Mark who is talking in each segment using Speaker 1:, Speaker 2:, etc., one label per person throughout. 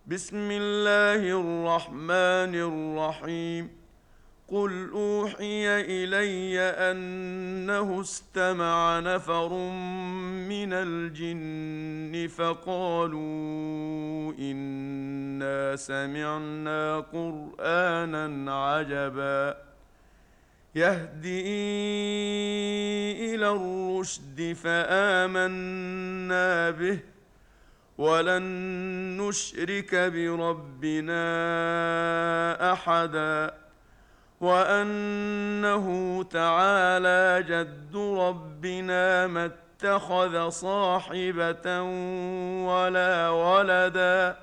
Speaker 1: بسم الله الرحمن الرحيم. قل أوحي إلي أنه استمع نفر من الجن فقالوا إنا سمعنا قرآنا عجبا يهدي إلى الرشد فآمنا به ولن نشرك بربنا أحدا وأنه تعالى جد ربنا ما اتخذ صاحبة ولا ولدا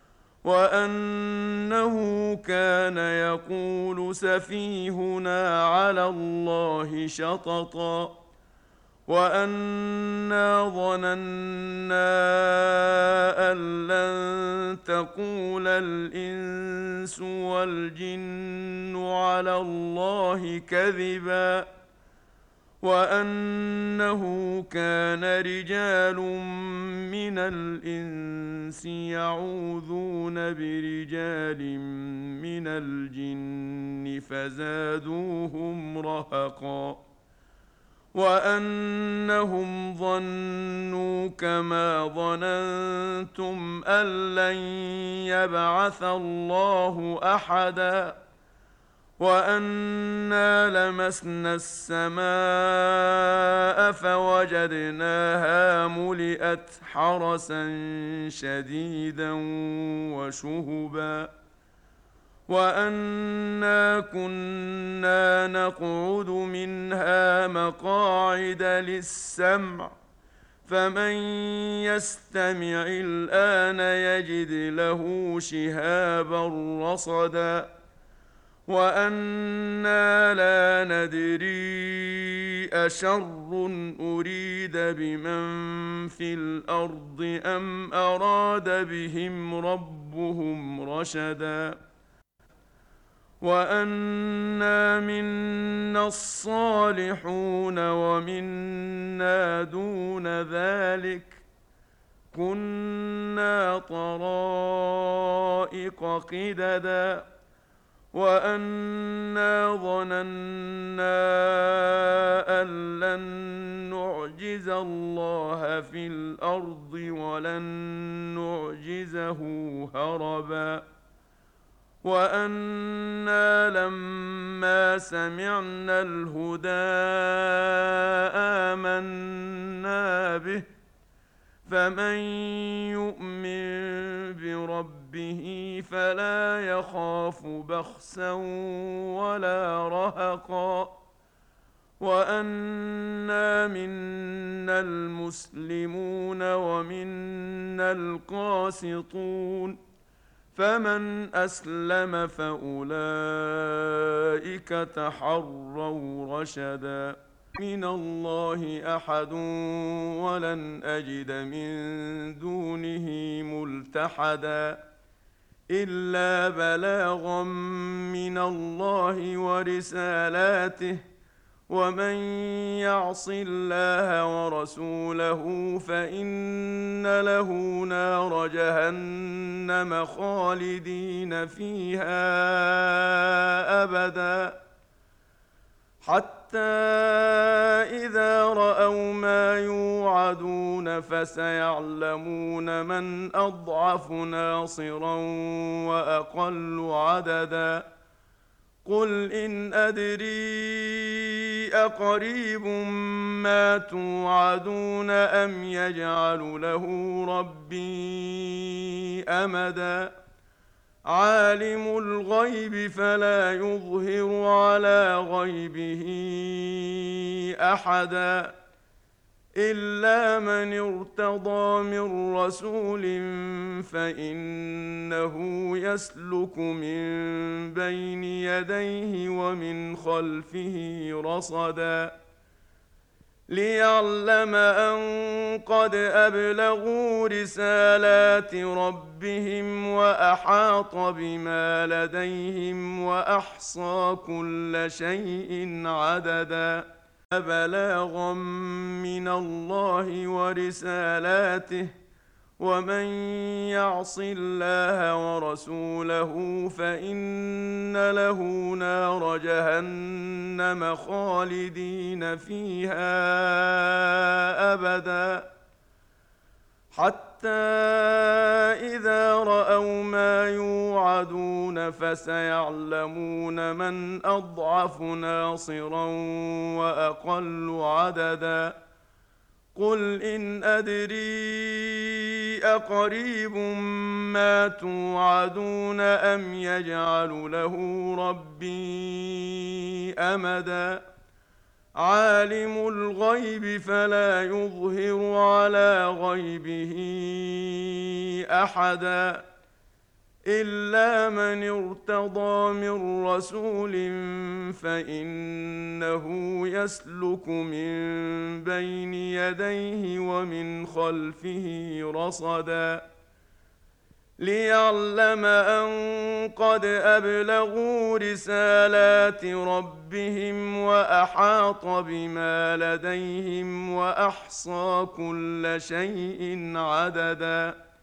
Speaker 1: وأنه كان يقول سفيهنا على الله شططا وأنا ظننا أن لن تقول الإنس والجن على الله كذبا وأنه كان رجال من الإنس يعوذون برجال من الجن فزادوهم رهقا وأنهم ظنوا كما ظننتم أن لن يبعث الله أحدا وأنا لمسنا السماء فوجدناها ملئت حرسا شديدا وشهبا وأنا كنا نقعد منها مقاعد للسمع فمن يستمع الآن يجد له شهابا رصدا وأنا لا ندري أشر أريد بمن في الأرض أم أراد بهم ربهم رشدا وأنا منا الصالحون ومنا دون ذلك كنا طرائق قددا وأنا ظننا أن لن نعجز الله في الأرض ولن نعجزه هربا وأنا لما سمعنا الهدى آمنا به فمن يؤمن بربه فلا يخاف بخسا ولا رهقا وأنا منا المسلمون ومنا القاسطون فمن أسلم فأولئك تحروا رشدا من الله أحد ولن أجد من دونه ملتحدا إلا بلاغا من الله ورسالاته ومن يعص الله ورسوله فإن له نار جهنم خالدين فيها أبدا حتى إذا رأوا ما يوعدون فسيعلمون من أضعف ناصرا وأقل عددا قل إن أدري أقريب ما توعدون أم يجعل له ربي أمدا عالم الغيب فلا يظهر على غيبه أحدا إلا من ارتضى من رسول فإنه يسلك من بين يديه ومن خلفه رصدا ليعلم أن قد أبلغوا رسالات ربهم وأحاط بما لديهم وأحصى كل شيء عددا بلاغا من الله ورسالاته ومن يعص الله ورسوله فإن له نار جهنم خالدين فيها أبدا حتى إذا رأوا ما يوعدون فسيعلمون من أضعف ناصرا وأقل عددا قل إن أدري أقريب ما توعدون أم يجعل له ربي أمدا عالم الغيب فلا يظهر على غيبه أحدا إلا من ارتضى من رسول فإنه يسلك من بين يديه ومن خلفه رصدا ليعلم أن قد أبلغوا رسالات ربهم وأحاط بما لديهم وأحصى كل شيء عددا